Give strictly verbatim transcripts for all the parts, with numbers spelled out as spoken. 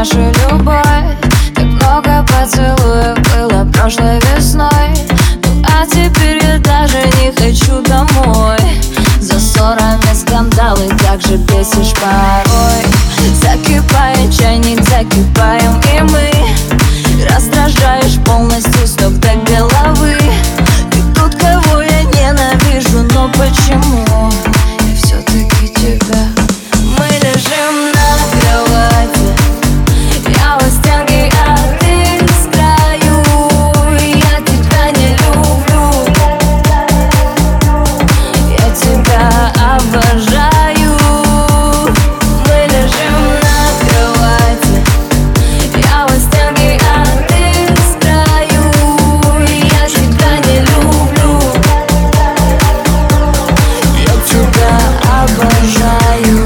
нашу любовь. Так много поцелуев было прошлой весной. Ну а теперь я даже не хочу домой. За ссорами скандалы так же бесишь порой. Закипает чайник, закипаем и мы. Раздражаешь полностью с ног до головы. Ты тот, кого я ненавижу, но почему я все-таки тебя? Мы лежим на кровати, я у стенки, а ты с краю. Я тебя не люблю, я тебя обожаю. Мы лежим на кровати, я у стенки, а ты с краю. Я тебя не люблю, я тебя обожаю.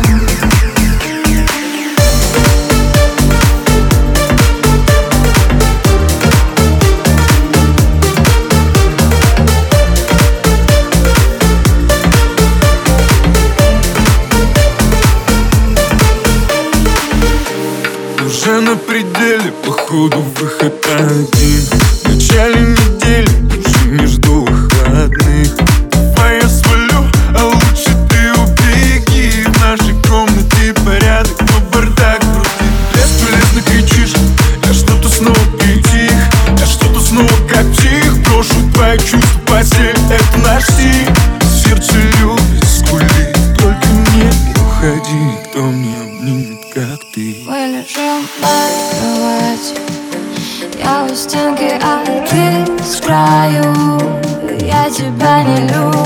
Уже на пределе, походу выход один. В начале недели, уже не жду выходных. Давай я свалю, а лучше ты убеги. В нашей комнате порядок, но бардак крутит. Бесполезно кричишь, я что-то снова притих. Я что-то снова как псих. Брошу твои чувства, постель, это наш стиль. Сердце любит, скулит, только не уходи. Никто не обнимет, как ты. Мы лежим на кровати, я у стенки, а ты с краю. Я тебя не люблю,